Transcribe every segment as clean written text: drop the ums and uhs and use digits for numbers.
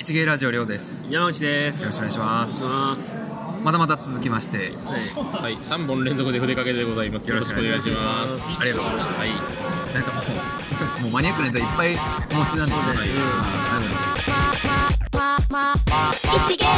一芸ラジオりょうです。 山内です。 よろしくお願いします。まだまだ続きまして、 はい、3本連続で筆かけでございます。よろしくお願いします。 ありがとうございます。はい。なんかもうマニアックなネタいっぱいお持ちなんで、はい、一芸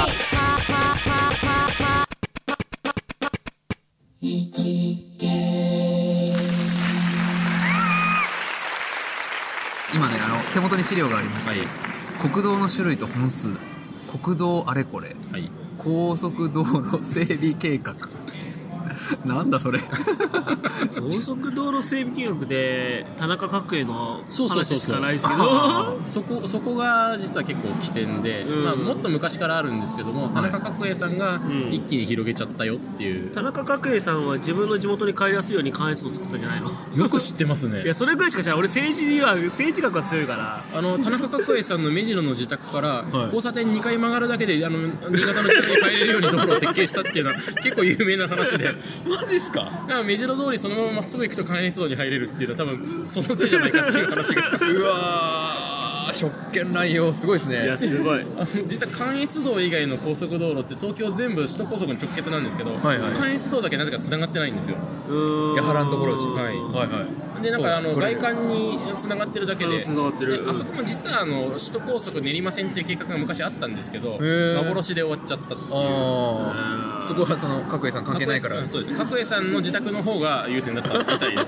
今ね、手元に資料がありまして、はい、国道の種類と本数、国道あれこれ、はい、高速道路整備計画なんだそれ高速道路整備計画で田中角栄の話しかないですけど、 そこが実は結構起点で、もっと昔からあるんですけども、田中角栄さんが一気に広げちゃったよっていう、 田中角栄さんは自分の地元に帰りやすいように関越道を作ったんじゃないの？ よく知ってますね。 いや、それぐらいしか知らない。俺政治学が強いから。 田中角栄さんの目白の自宅から交差点2回曲がるだけで新潟の自宅に帰れるように道路を設計したっていうのは結構有名な話でマジっすか？ 目白通りそのまままっすぐ行くと関越道に入れるっていうのは多分そのせいじゃないかっていう話がうわー、職権乱用すごいですね。 いや、すごい。 実は関越道以外の高速道路って東京全部首都高速に直結なんですけど、はいはい、関越道だけなぜか繋がってないんですよ。 矢原のところです。 はいはいはい。でなんか外環に繋がってるだけで、あそこも実は首都高速練馬線っていう計画が昔あったんですけど、幻で終わっちゃったっていう。 そこはその角栄さん関係ないから。 そうです。角栄さんの自宅の方が優先だったみたいです。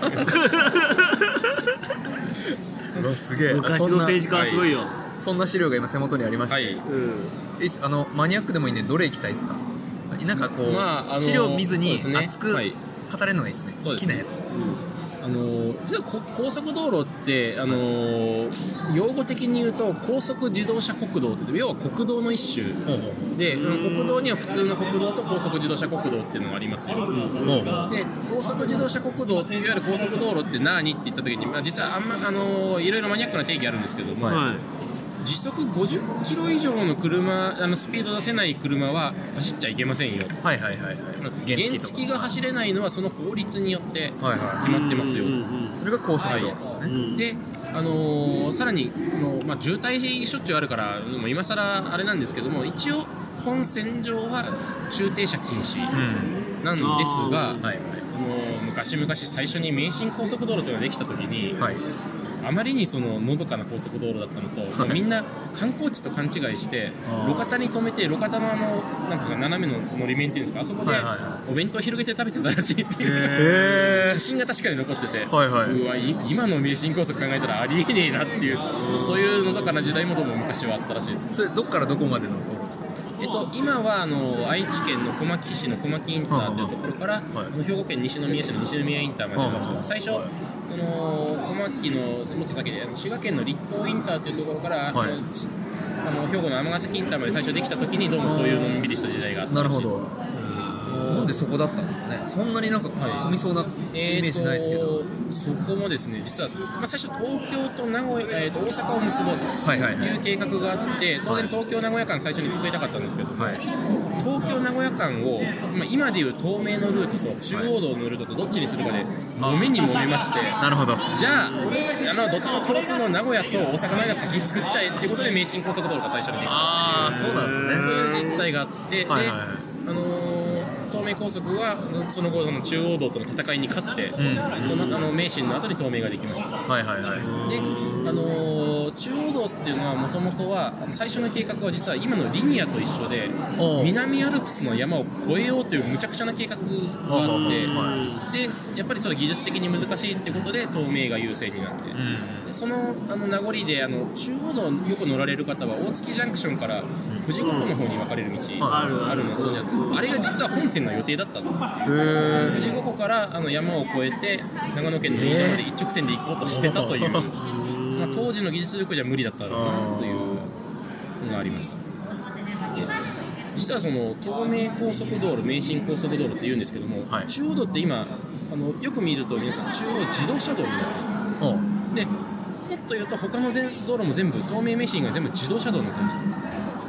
すげえ。 昔の政治家はすごいよ。 そんな資料が今手元にありまして、はい、マニアックでもいいんでどれ行きたいですか？なんかこう、資料見ずに熱く語れるのがいいですね。好きなやつ。 実は高速道路って用語的に言うと高速自動車国道って要は国道の一種で、国道には普通の国道と高速自動車国道っていうのがありますよ。で高速自動車国道っていわゆる高速道路って何って言った時に、実はいろいろマニアックな定義あるんですけども、時速50キロ以上の車、スピード出せない車は走っちゃいけませんよ。はいはいはい、原付が走れないのはその法律によって決まってますよ。 それが高速道路、 で、さらに渋滞しょっちゅうあるからもう今更あれなんですけども、一応本線上は駐停車禁止なんですが、昔々最初に名神高速道路というのができた時に、あまりにそののどかな高速道路だったのと、みんな観光地と勘違いして路肩に止めて、路肩のなんですか、斜めののり面っていうんですか、あそこでお弁当広げて食べてたらしいっていう写真が確かに残ってて、うわ今の名神高速考えたらありえねえなっていう、そういうのどかな時代もどうも昔はあったらしいです。 それどっからどこまでの道路ですか？ 今は愛知県の小牧市の小牧インターというところから、兵庫県西宮市の西宮インターまでは、最初小牧のもっと先で滋賀県の栗東インターというところから、兵庫の尼崎インターまで最初できた時にどうもそういうのんびりした時代があったらしい。なるほど。 なんでそこだったんですかね。そんなになんか混みそうなイメージないですけど、 そこもですね、実は、最初東京と名古屋、大阪を結ぼうという計画があって、当然東京名古屋間最初に作りたかったんですけども、東京名古屋間を、今でいう東名のルートと中央道のルートとどっちにするかで揉めに揉めまして、 なるほど。 じゃあどっちも共通の名古屋と大阪の間先に作っちゃえっていうことで名神高速道路が最初にできた。 そうなんですね。 そういう実態があって、東名高速はその後中央道との戦いに勝って、その名神の後に東名ができました。で、中央道っていうのはもともとは最初の計画は実は今のリニアと一緒で、南アルプスの山を越えようという無茶苦茶な計画があって、でやっぱりそれ技術的に難しいってことで東名が優勢になって、でその名残で中央道よく乗られる方は大月ジャンクションから富士五湖の方に分かれる道あるのご存知なんですけど、あれが実は本線の予定だったの。富士五湖から山を越えて長野県の飯田まで一直線で行こうとしてたという、当時の技術力じゃ無理だったろうなというのがありました。実はその東名高速道路、名神高速道路って言うんですけども、中央道って今よく見ると皆さん中央自動車道になってる。でもっと言うと他の道路も全部東名名神が全部自動車道になってるんですよ。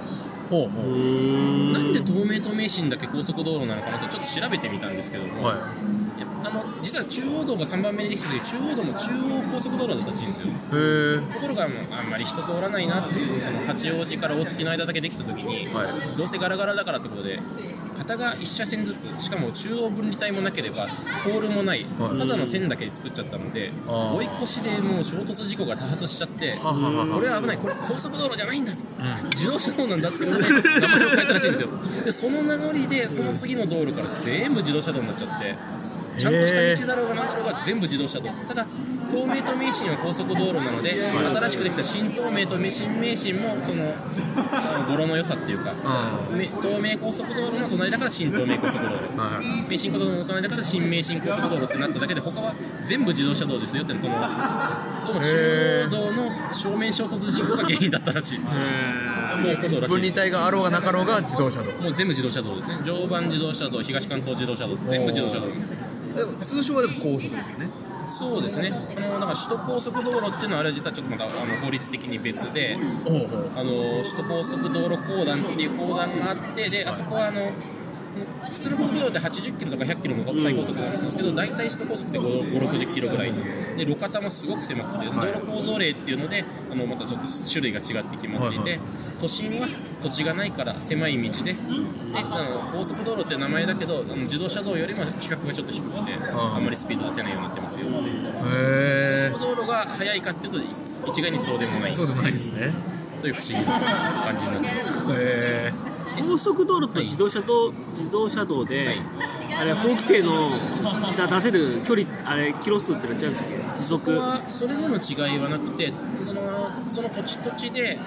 なんで東名と名神だけ高速道路なのかなとちょっと調べてみたんですけども、実は中央道が3番目にできた時、中央道も中央高速道路だったらしいんですよ。ところがあんまり人通らないなっていう、その八王子から大月の間だけできた時に、どうせガラガラだからってことで片が1車線ずつ、しかも中央分離帯もなければポールもない、ただの線だけで作っちゃったので、追い越しでもう衝突事故が多発しちゃって、これは危ない、これ高速道路じゃないんだ、自動車道なんだってことで名前を変えたらしいんですよ。でその名残でその次の道路から全部自動車道になっちゃって、ちゃんとした道だろうが何だろうが全部自動車道。ただ東名と名神は高速道路なので、新しくできた新東名と新名神もその語呂の良さっていうか、東名高速道路の隣だから新東名高速道路、名神高速道路の隣だから新名神高速道路ってなっただけで、他は全部自動車道ですよって、そのどうも中央道の正面衝突事故が原因だったらしいです。 分離帯があろうがなかろうが自動車道、 もう全部自動車道ですね。常磐自動車道、東関東自動車道、全部自動車道なんですよ。 でも通称はでも高速ですよね。 そうですね。だから首都高速道路っていうのはあれは実はちょっとまた法律的に別で、首都高速道路公団っていう公団があって、であそこは普通の高速道路って80キロとか100キロの最高速なんですけど、大体首都高速って5、60キロぐらいで、路肩もすごく狭くて、道路構造例っていうのでまたちょっと種類が違って決まっていて、都心は土地がないから狭い道で、高速道路って名前だけど自動車道よりも規格がちょっと低くて、あんまりスピード出せないようになってますよ。高速道路が速いかっていうと一概にそうでもない。 そうでもないですね。 という不思議な感じになってます。 高速道路と自動車道で、あれ法規制の出せる距離、あれキロ数ってのは違うんですか？時速はそれでの違いはなくて、その土地で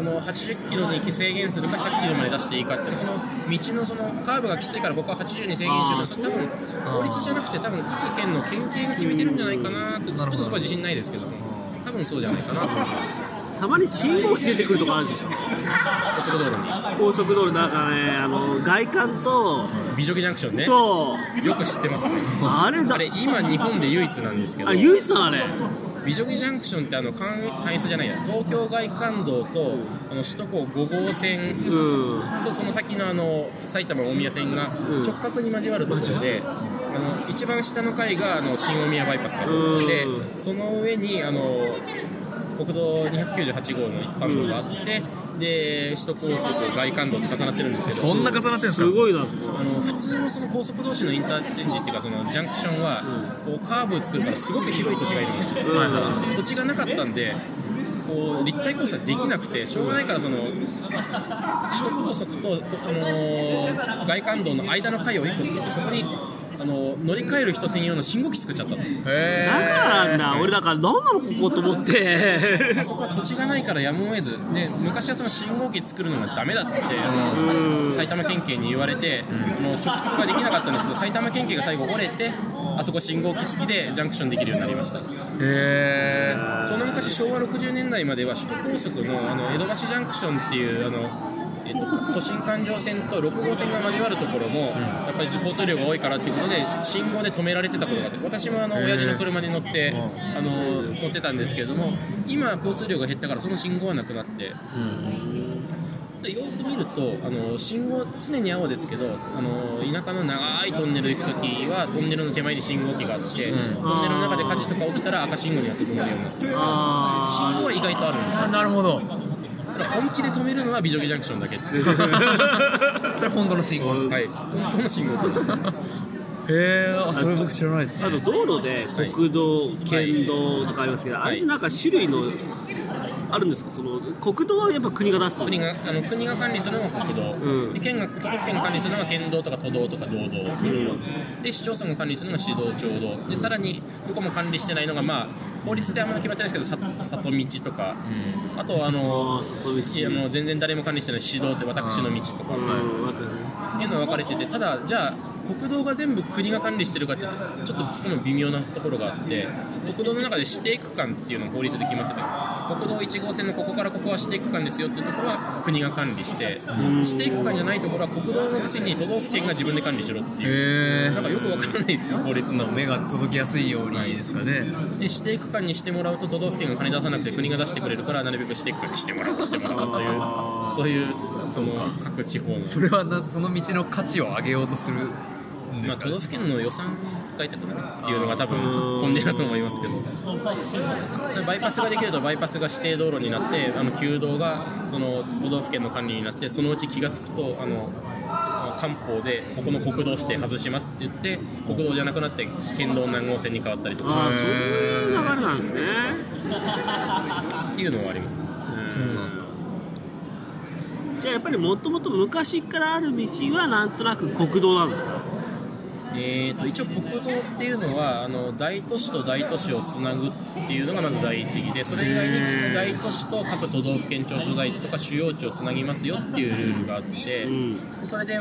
80キロに制限するか100キロまで出していいかっていう、その道のそのカーブがきついからここは80に制限してるのは多分法律じゃなくて、多分各県の県警が決めてるんじゃないかなって、ちょっとそこは自信ないですけども、多分そうじゃないかなと思います。 たまに信号機出てくるとこあるでしょ。高速道路なんかね、外環と美女木ジャンクションね。 そうよく知ってますね。あれ今日本で唯一なんですけど。 唯一なのあれ。 美女木ジャンクションって関越じゃないや、東京外環道と首都高5号線とその先の埼玉大宮線が直角に交わるところで、一番下の階が新大宮バイパスが通ってて、その上に国道298号の一般道があって、で首都高速外環道って重なってるんですけど、 そんな重なってるんですか？ すごいな。 普通のその高速同士のインターチェンジっていうか、そのジャンクションはこうカーブ作るからすごく広い土地がいるんですよ。そこ土地がなかったんで、こう立体交差できなくてしょうがないから、その首都高速と外環道の間の階を1個作って、そこに乗り換える人専用の信号機作っちゃったの。だからなんだ、俺だから何なのここと思ってあそこは土地がないからやむを得ずで、昔はその信号機作るのがダメだって埼玉県警に言われて、直通ができなかったんですけど、埼玉県警が最後折れて、あそこ信号機付きでジャンクションできるようになりました。その昔昭和60年代までは首都高速の江戸橋ジャンクションっていう都心環状線と6号線が交わるところもやっぱり交通量が多いからっていうことで信号で止められてたことがあって、私も親父の車に乗って乗ってたんですけれども、今交通量が減ったからその信号はなくなって、でよく見ると信号常に青ですけど、田舎の長いトンネル行くときはトンネルの手前に信号機があって、トンネルの中で火事とか起きたら赤信号には整うようになってるんですよ。信号は意外とあるんですよ。 なるほど。 本気で止めるのは美女木ジャンクションだけってそれは本当の信号。 はい、本当の信号。 それ僕知らないですね。 あと道路で国道、県道とかありますけど、あれなんか種類のあるんですか？その国道はやっぱ国が出す。 国が管理するのが国道、で都道府県が管理するのが県道とか都道とか道道、で市町村が管理するのが市道町道で、さらにどこも管理してないのが、法律であんまり決まってないですけど里道とか、あとは全然誰も管理してない市道って私の道とかいうのが分かれてて、ただじゃあ国道が全部国が管理してるかってちょっとそこも微妙なところがあって、国道の中で指定区間っていうのが法律で決まってて、国道1号線のここからここは指定区間ですよっていうところは国が管理して、指定区間じゃないところは国道のくせに都道府県が自分で管理しろっていう、なんかよくわからないですよ、法律の目が届きやすいようにですかね。 で指定区間にしてもらうと都道府県が金出さなくて国が出してくれるから、なるべく指定区間にしてもらおうというそういうその各地方の。 それはその道の価値を上げようとするんですか、ね。 都道府県の予算使いたくないっていうのが多分本音だと思いますけど、バイパスができるとバイパスが指定道路になって、旧道がその都道府県の管理になって、そのうち気がつくと官報でここの国道指定外しますって言って国道じゃなくなって県道何号線に変わったりとか、 そういう流れなんですねっていうのはあります。 そうなんだ。 じゃあやっぱりもともと昔からある道はなんとなく国道なんですか？ 一応国道っていうのは大都市と大都市をつなぐっていうのがまず第一義で、それ以外に大都市と各都道府県庁所在地とか主要地をつなぎますよっていうルールがあって、それで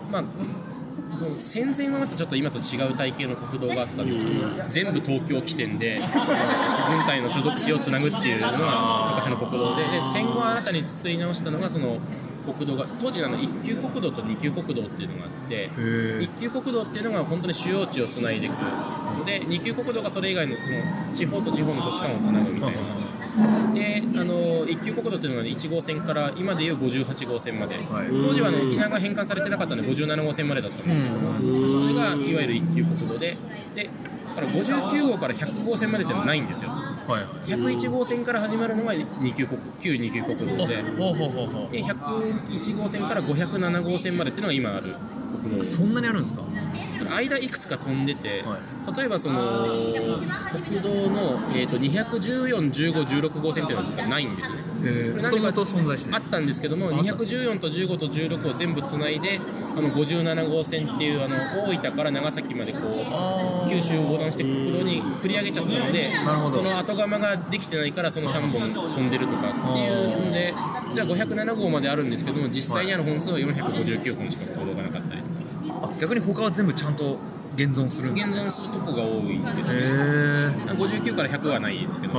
戦前はまたちょっと今と違う体系の国道があったんですけど、全部東京起点で軍隊の所属地をつなぐっていうのが昔の国道で、戦後新たに作り直したのがその国道が、当時一級国道と二級国道っていうのがあって、一級国道っていうのが本当に主要地をつないでいくので、二級国道がそれ以外の地方と地方の都市間をつなぐみたいな。で一級国道っていうのが1号線から今でいう58号線まで、当時は沖縄が返還されてなかったので57号線までだったんですけども、それがいわゆる一級国道で、だから59号から100号線までっていうのはないんですよ。101号線から始まるのが旧二級国道で、101号線から507号線までっていうのが今ある国道。 そんなにあるんですか？ 間いくつか飛んでて、例えばその国道の、214、15、16号線っていうのは実はないんですよね。 もともと存在してあったんですけども、214と15と16を全部つないで57号線っていう大分から長崎までこう九州を横断して国道に振り上げちゃったので、その後釜ができてないからその3本飛んでるとかっていうので、じゃあ507号まであるんですけども、実際にある本数は459本しか国道がなかったりとか。 逆に他は全部ちゃんと現存するとこが多いですね。59から100はないですけど、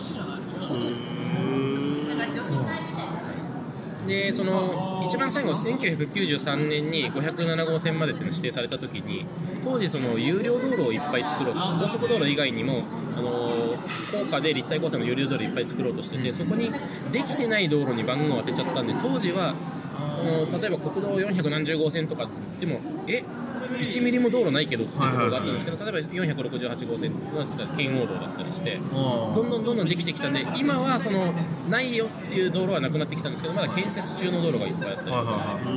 でその一番最後1993年に507号線までっていうのを指定された時に、当時その有料道路をいっぱい作ろう、高速道路以外にも高架で立体交差の有料道路をいっぱい作ろうとしてて、そこにできてない道路に番号を当てちゃったんで、当時は例えば国道400何十号線とかでも1ミリも道路ないけどっていうところがあったんですけど、例えば468号線は実は圏央道だったりして、どんどんできてきたんで、今はそのないよっていう道路はなくなってきたんですけど、まだ建設中の道路がいっぱいあったりとか、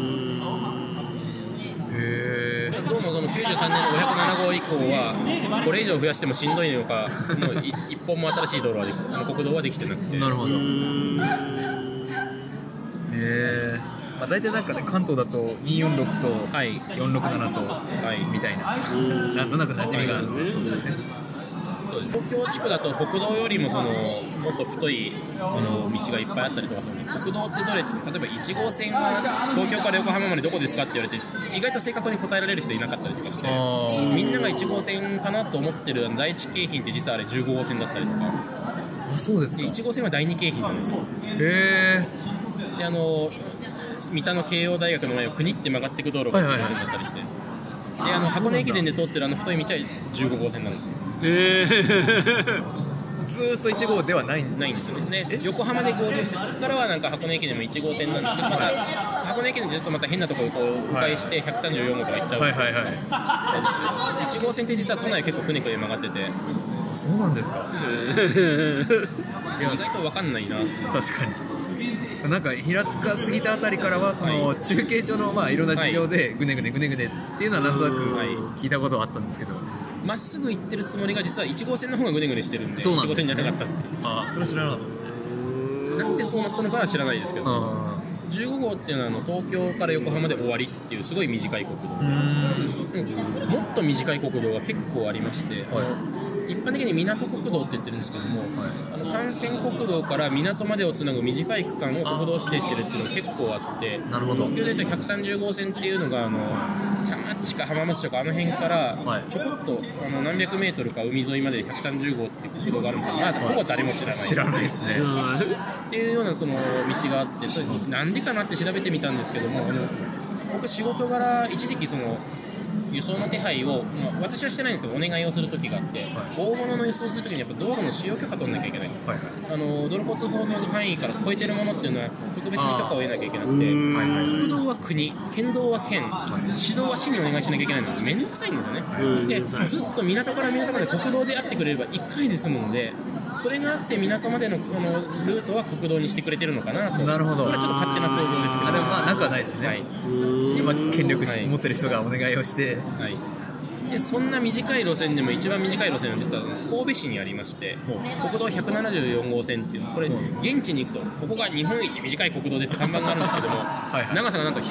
どうもその93年の507号以降はこれ以上増やしてもしんどいのか、もう一本も新しい道路は国道はできてなくて。 なるほど。大体なんかね、関東だと246と467と、みたいな、なんとなく馴染みがある。 東京地区だと国道よりももっと太い道がいっぱいあったりとかするので、国道ってどれ、例えば1号線は東京から横浜までどこですかって言われて、意外と正確に答えられる人いなかったりとかして、みんなが1号線かなと思ってる第一京浜って実はあれ15号線だったりとか。 そうですか。 1号線は第二京浜なんですよ。 で三田の慶応大学の前をくにって曲がっていく道路が1号線だったりして、で箱根駅伝で通ってる太い道は15号線なの。 ずーっと1号ではないんですよね。で横浜で合流して、そこからはなんか箱根駅伝も1号線なんですけど、また箱根駅伝でずっとまた変なところをこう迂回して134号とか行っちゃうんですけど、1号線って実は都内結構くねくね曲がってて。 そうなんですか。 意外と分かんないなって。 確かに。なんか平塚過ぎたあたりからはその中継所のいろんな事情でぐねぐねっていうのはなんとなく聞いたことはあったんですけど、 まっすぐ行ってるつもりが実は1号線の方がぐねぐねしてるんで、1号線じゃなかったって。 それは知らなかったですね。 なんでそうなったのかは知らないですけど、15号っていうのは東京から横浜で終わりっていうすごい短い国道で、もっと短い国道が結構ありまして、一般的に港国道って言ってるんですけども、幹線国道から港までをつなぐ短い区間を国道指定してるっていうのが結構あって、東京でいうと130号線っていうのが田町か浜松とかあの辺からちょこっと何百メートルか海沿いまで130号っていう国道があるんですけど、ほぼ誰も知らないですねっていうようなその道があって、それなんでりかなって調べてみたんですけども、僕仕事柄一時期その輸送の手配を、私はしてないんですけどお願いをする時があって、大物の輸送する時にやっぱ道路の使用許可取らなきゃいけない、道路交通法の範囲から超えてるものっていうのは特別に許可を得なきゃいけなくて、国道は国、県道は県、市道は市にお願いしなきゃいけないのでめんどくさいんですよね。でずっと港から港まで国道であってくれれば1回で済むので、それがあって港までのこのルートは国道にしてくれてるのかなと。 なるほど。 これはちょっと勝手な想像ですけど。 でもまあなくはないですね。今権力持ってる人がお願いをして、 でそんな短い路線でも一番短い路線は実は神戸市にありまして、国道174号線っていう、これ現地に行くとここが日本一短い国道ですって看板があるんですけども、長さがなんと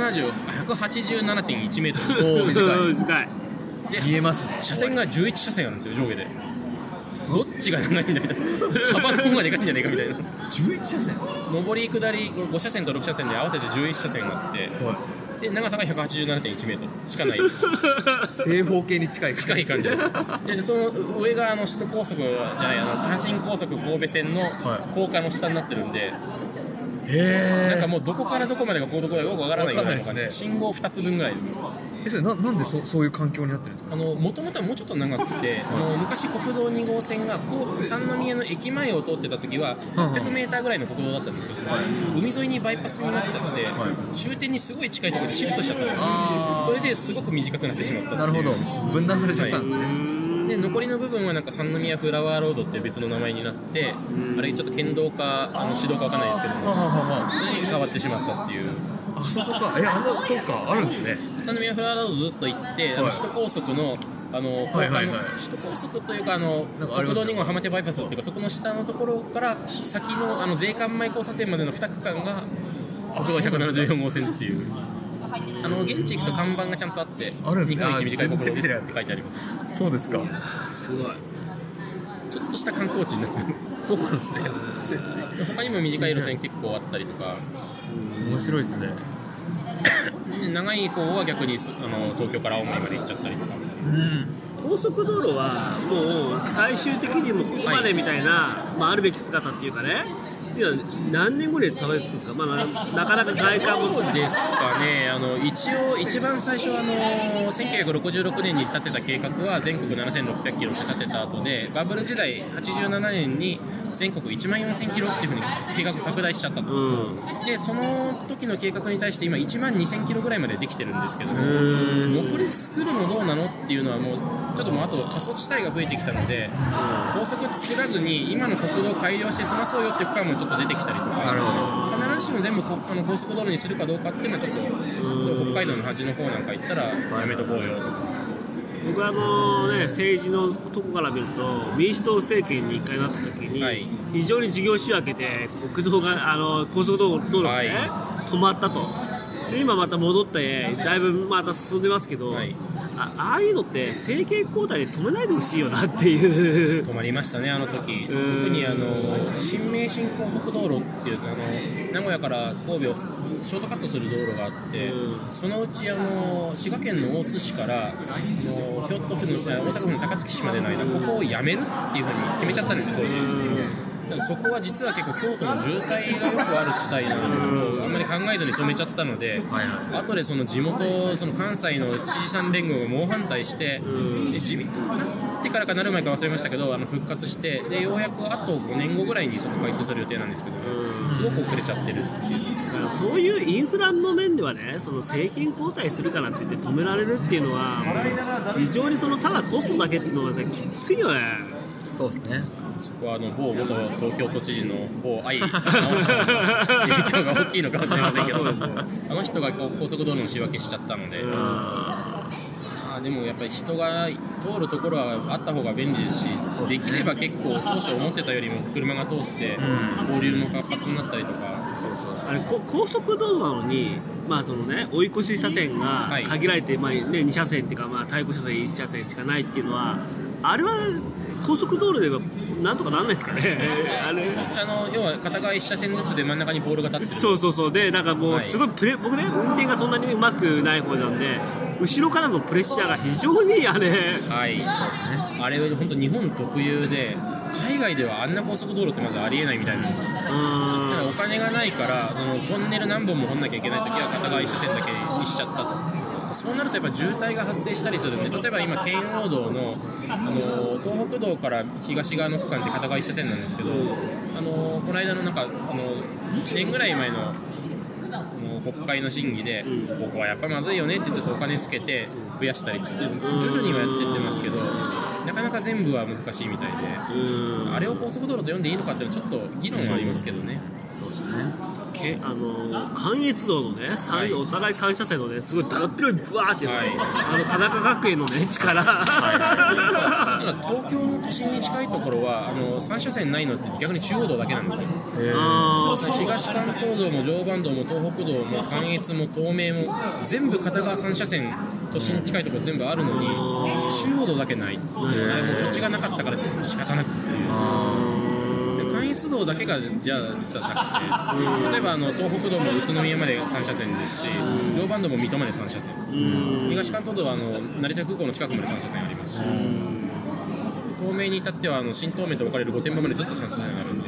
187.1 メートル。 短い。 で見えますね。 車線が11車線あるんですよ、上下で。どっちが長いんだみたいな、幅の方がでかいんじゃないかみたいな。 11車線上り下り5車線と6車線で合わせて11車線あって、で長さが 187.1 メートルしかない正方形に近い感じです。でその上が首都高速じゃない阪神高速神戸線の高架の下になってるんで、なんかもうどこからどこまでが高度かよくわからないような感じで、信号2つ分ぐらいです。 なんでそういう環境になってるんですか？ もともとはもうちょっと長くて、昔国道2号線が三宮の駅前を通ってた時は 800m ぐらいの国道だったんですけど、海沿いにバイパスになっちゃって、終点にすごい近いところでシフトしちゃったんです。それですごく短くなってしまったっていう。 なるほど、分断されちゃったんですね。 で残りの部分はなんか三宮フラワーロードっていう別の名前になって、あれちょっと県道か市道かわかんないですけども、変わってしまったっていう。 あそこか、そうか、あるんですね。 三宮フラワーロードずっと行って、首都高速の首都高速というか国道2号浜手バイパスっていうか、そこの下のところから先の税関前交差点までの2区間が国道174号線っていう。現地行くと看板がちゃんとあって、日本一短い国道ですって書いてあります。 そうですか。 すごい。 ちょっとした観光地になってます。 そうなんですね。 他にも短い路線結構あったりとか。 面白いですね。 長い方は逆に東京から青森まで行っちゃったりとか。 高速道路はもう最終的にもここまでみたいな、あるべき姿っていうかね。何年後にたどり着くんですか？なかなか外観もそうですかね。一番最初1966年に立てた計画は全国7600キロって立てた後で、バブル時代87年に全国1万4000キロっていうふうに計画拡大しちゃったと、でその時の計画に対して今1万2000キロぐらいまでできてるんですけども、残り作るのどうなのっていうのはもうちょっともうあと過疎地帯が増えてきたので、高速作らずに今の国道を改良して済まそうよっていう区間もちょっと出てきたりとか、必ずしも全部高速道路にするかどうかっていうのはちょっと北海道の端の方なんか行ったらやめとこうよとか。 僕は政治のとこから見ると、民主党政権に1回なった時に、非常に事業仕分けて国道が高速道路がね、止まったと。で今また戻ってだいぶまた進んでますけど、ああいうのって政権交代で止めないでほしいよなっていう。 止まりましたね、あの時。特に新名神高速道路っていう名古屋から神戸をショートカットする道路があって、そのうち滋賀県の大津市から京都府の大阪府の高槻市までの間、ここをやめるっていうふうに決めちゃったんですよ。そこは実は結構京都の渋滞がよくある地帯なので、あんまり考えずに止めちゃったので、後でその地元関西の知事さん連合が猛反対して、で自民党になってからかなる前か忘れましたけど復活して、でようやくあと5年後ぐらいにそこ開通する予定なんですけども、すごく遅れちゃってるっていう。 そういうインフラの面ではね、その政権交代するからって言って止められるっていうのは非常にただコストだけっていうのはきついよね。 そうですね。 そこは某元東京都知事の某愛直樹さんの影響が大きいのかもしれませんけど、あの人が高速道路の仕分けしちゃったので、でもやっぱり人が通るところはあった方が便利ですし、できれば結構当初思ってたよりも車が通って交流も活発になったりとか。 高速道路なのに、追い越し車線が限られて、2車線っていうか、対向車線1車線しかないっていうのは、あれは高速道路ではなんとかならないですかね。 要は片側1車線ずつで真ん中にボールが立ってる。 そうで、なんかもうすごい僕ね、運転がそんなにうまくない方なんで、後ろからのプレッシャーが非常にあれは本当日本特有で、海外ではあんな高速道路ってまずありえないみたいなんですよ。だから金がないからトンネル何本も掘んなきゃいけないときは片側一車線だけにしちゃったと。そうなるとやっぱ渋滞が発生したりするんで、例えば今圏央道の、東北道から東側の区間って片側一車線なんですけど、この間のなんか1年ぐらい前の国会の審議で、ここはやっぱまずいよねってちょっとお金つけて増やしたり、徐々にはやってってますけど、なかなか全部は難しいみたいで、あれを高速道路と呼んでいいのかっていうのはちょっと議論はありますけどね。 そうですね。 関越道のね、お互い3車線のね、すごいだらっ広いブワーっていうの、田中学園のね、力。 ただ東京の都心に近いところは3車線ないのって逆に中央道だけなんですよ。東関東道も常磐道も東北道も関越も東名も全部片側3車線都心に近いところ全部あるのに中央道だけない。もう土地がなかったから仕方なくっていう。関越道だけがじゃあなくて、例えば東北道も宇都宮まで3車線ですし、常磐道も水戸まで3車線、東関東道は成田空港の近くまで3車線ありますし、東名に至っては新東名と分かれる御殿場までずっと3車線あるんで。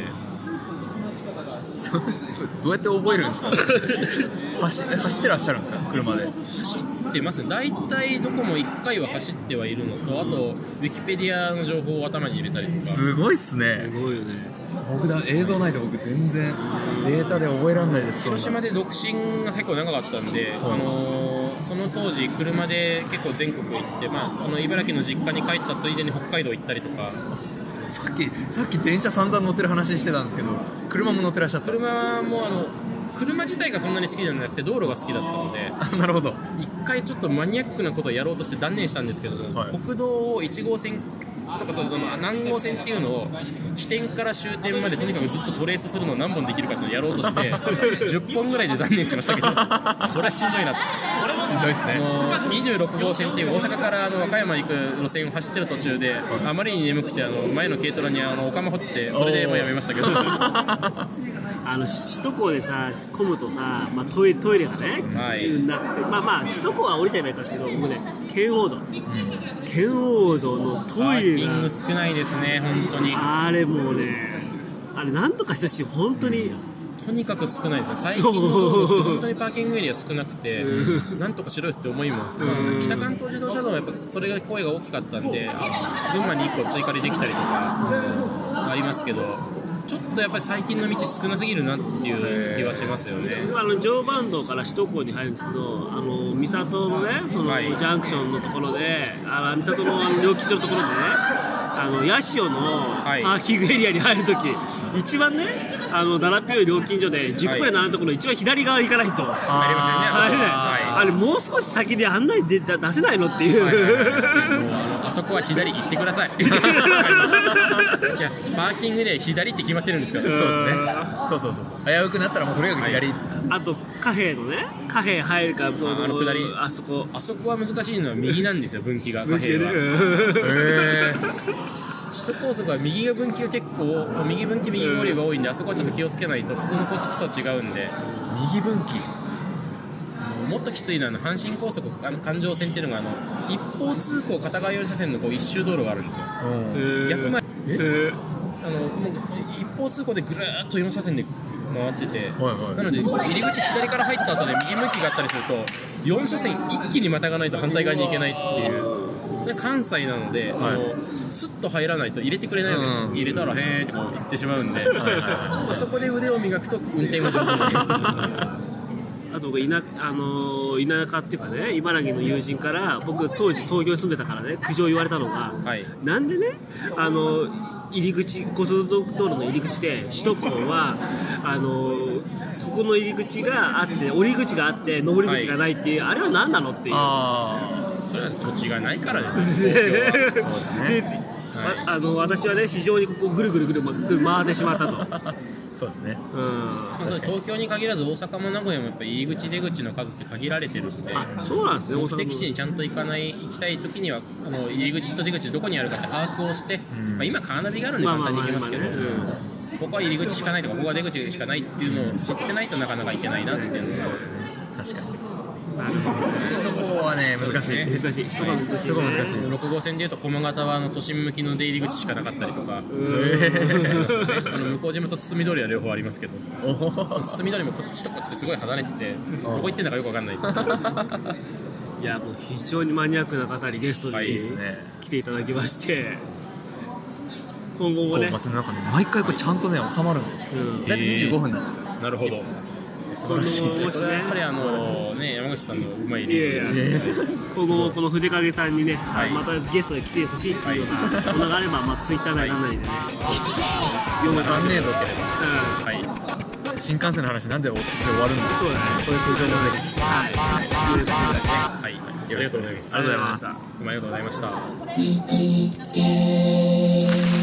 どうやって覚えるんですか走ってらっしゃるんですか、車で。 走ってますね。大体どこも1回は走ってはいるのと、あとウィキペディアの情報を頭に入れたりとか。 すごいっすね。 すごいよね。 僕映像ないと僕全然データで覚えられないです。 広島で独身が結構長かったんで、その当時車で結構全国行って、茨城の実家に帰ったついでに北海道行ったりとか。 さっき電車散々乗ってる話してたんですけど、車も乗ってらっしゃった。 車も車自体がそんなに好きじゃなくて道路が好きだったので、 なるほど。 一回ちょっとマニアックなことをやろうとして断念したんですけども、国道を1号線とかその何号線っていうのを起点から終点までとにかくずっとトレースするのを何本できるかっていうのをやろうとして10本ぐらいで断念しましたけどこれはしんどいなと。 しんどいですね。 26号線っていう大阪から和歌山行く路線を走ってる途中であまりに眠くて前の軽トラにお釜掘ってそれでもうやめましたけど首都高でさ混むとさ、トイレがね、なくて首都高は降りちゃえばいいんですけど、僕ね圏央道のトイレパーキング少ないですね、本当に。 あれもうね、なんとかしてほしい、本当に。 とにかく少ないですよ。最近の道路って本当にパーキングエリア少なくて、なんとかしろよって思いも、北関東自動車道はやっぱそれが声が大きかったんで、群馬に1個追加でできたりとかありますけど、ちょっとやっぱり最近の道少なすぎるなっていう気はしますよね。 常磐道から首都高に入るんですけど、三郷のね、ジャンクションのところで、三郷の料金所のところでね、八潮のパーキングエリアに入るとき、一番ね、だらっぴょい料金所で10分ぐらい並んだところの一番左側行かないと。 ありますよね、 あれもう少し先で案内で出せないのっていう。 あそこは左行ってください。いや、パーキングエリア左って決まってるんですから。 そう危うくなったらもうとにかく左。 あと貨幣のね、貨幣入るから下り、あそこは難しいのは右なんですよ、分岐が。貨幣は首都高速は右分岐が結構右分岐右合流が多いんで、あそこはちょっと気をつけないと普通の高速とは違うんで。 右分岐もっときついのは阪神高速環状線っていうのが一方通行片側4車線の一周道路があるんですよ。逆前もう一方通行でぐるーっと4車線で回ってて、なので入り口左から入った後で右向きがあったりすると4車線一気にまたがないと反対側に行けないっていう。関西なので、スッと入らないと入れてくれないわけですよ。入れたらへーってこう言ってしまうんで、そこで腕を磨くと運転が上手になります。 あと田舎っていうかね、茨城の友人から僕当時東京に住んでたからね苦情言われたのが、なんでね入り口高速道路の入り口で首都高はここの入り口があって降り口があって上り口がないっていう、あれは何なのっていう。 それは土地がないからですよ、東京は。そうですね。 私はね非常にここぐるぐる回ってしまったと。 そうですね。 東京に限らず大阪も名古屋もやっぱり入り口出口の数って限られてるんで、 そうなんですね。 目的地にちゃんと行きたい時には入り口と出口どこにあるかって把握をして、今カーナビがあるんで簡単に行けますけど、ここは入り口しかないとかここは出口しかないっていうのを知ってないとなかなか行けないなっていうのは。そうですね。 確かに。 なるほど。 首都高はね、難しい。 難しい。首都高難しい。 首都高難しい。 6号線でいうと駒形は都心向きの出入り口しかなかったりとか、向島と堤通りは両方ありますけど、堤通りもこっちとこっちですごい離れてて、どこ行ってんだかよくわかんない。 いや、もう非常にマニアックな方にゲストに来ていただきまして、今後もね、 なんかね、毎回これちゃんとね収まるんですよ。大体25分なんですよ。 なるほど。素晴らしいです。それはやっぱりね、山口さんのうまい理由。 今後もこの筆影さんにね、またゲストで来てほしいっていうようなものがあれば、ツイッターなりなんなりでね、 読む関連ぞければ。新幹線の話なんで終わるんだ。 そうだね。 そういう苦情もぜひ。 はい。 はい。ありがとうございます。 ありがとうございました。 ありがとうございました。